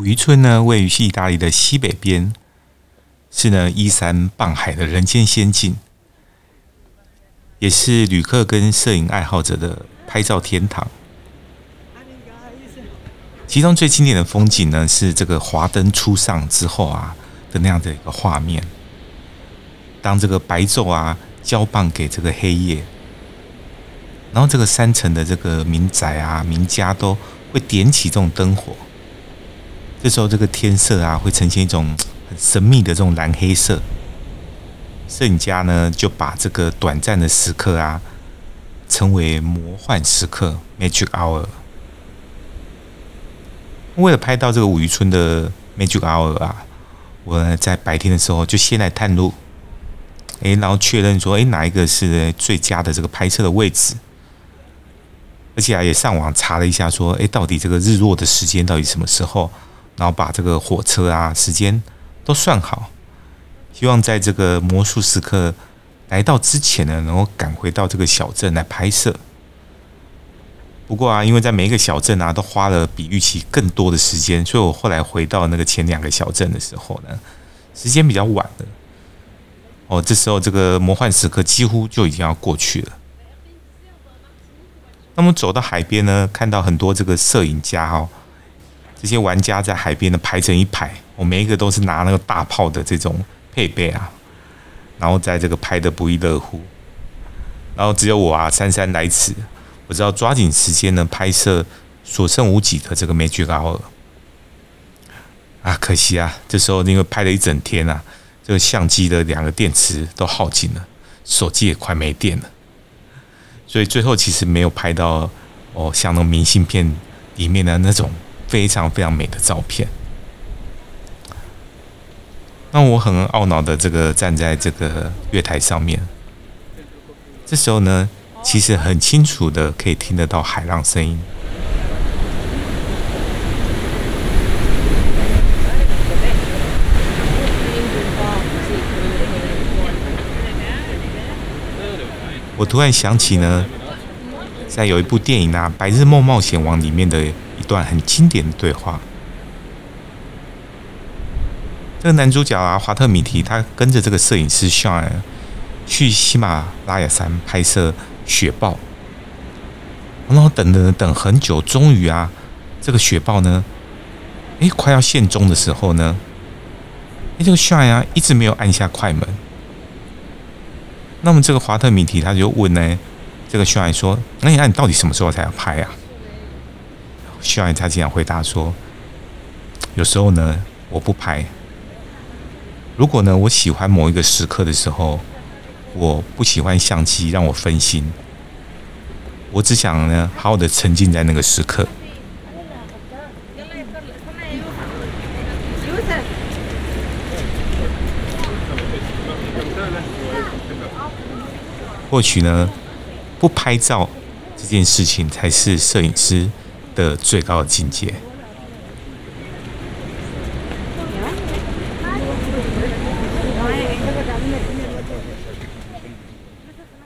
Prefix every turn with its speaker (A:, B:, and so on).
A: 五渔村呢，位于意大利的西北边，是呢依山傍海的人间仙境，也是旅客跟摄影爱好者的拍照天堂。其中最经典的风景呢，是这个华灯初上之后啊的那样的一个画面。当这个白昼啊交棒给这个黑夜，然后这个山城的这个民宅啊、民家都会点起这种灯火。这时候这个天色啊会呈现一种很神秘的这种蓝黑色。摄影家呢就把这个短暂的时刻啊称为魔幻时刻 （Magic Hour）。为了拍到这个五渔村的 Magic Hour 啊，我呢在白天的时候就先来探路，然后确认说，哪一个是最佳的这个拍摄的位置，而且也上网查了一下说，到底这个日落的时间到底什么时候，然后把这个火车啊时间都算好，希望在这个魔术时刻来到之前呢，能够赶回到这个小镇来拍摄。不过啊，因为在每一个小镇啊都花了比预期更多的时间，所以我后来回到那个前2个小镇的时候呢，时间比较晚了。这时候这个魔幻时刻几乎就已经要过去了。那么走到海边呢，看到很多这个摄影家这些玩家在海边呢排成一排，每一个都是拿那个大炮的这种配备啊，然后在这个拍得不亦乐乎。然后只有我啊姗姗来迟，我只要抓紧时间呢拍摄所剩无几的这个 Magic Hour。可惜啊，这时候因为拍了一整天啊，这个相机的2个电池都耗尽了，手机也快没电了，所以最后其实没有拍到像那种明信片里面的那种非常非常美的照片。那我很懊恼的这个站在这个月台上面，这时候呢，其实很清楚的可以听得到海浪声音。我突然想起呢，在有一部电影啊《白日梦冒险王》里面的一段很经典的对话。这个男主角啊，华特·米提，他跟着这个摄影师 Sean 去喜马拉雅山拍摄雪豹，然后等很久，终于啊，这个雪豹呢，快要现踪的时候呢，这个 Sean 啊一直没有按下快门。那么这个华特·米提他就问呢，这个 Sean 说：“那你到底什么时候才要拍啊？”Sean 他竟然回答说：“有时候呢，我不拍。如果呢，我喜欢某一个时刻的时候，我不喜欢相机让我分心，我只想呢，好好的沉浸在那个时刻。”或许呢，不拍照这件事情才是摄影师的最高的境界。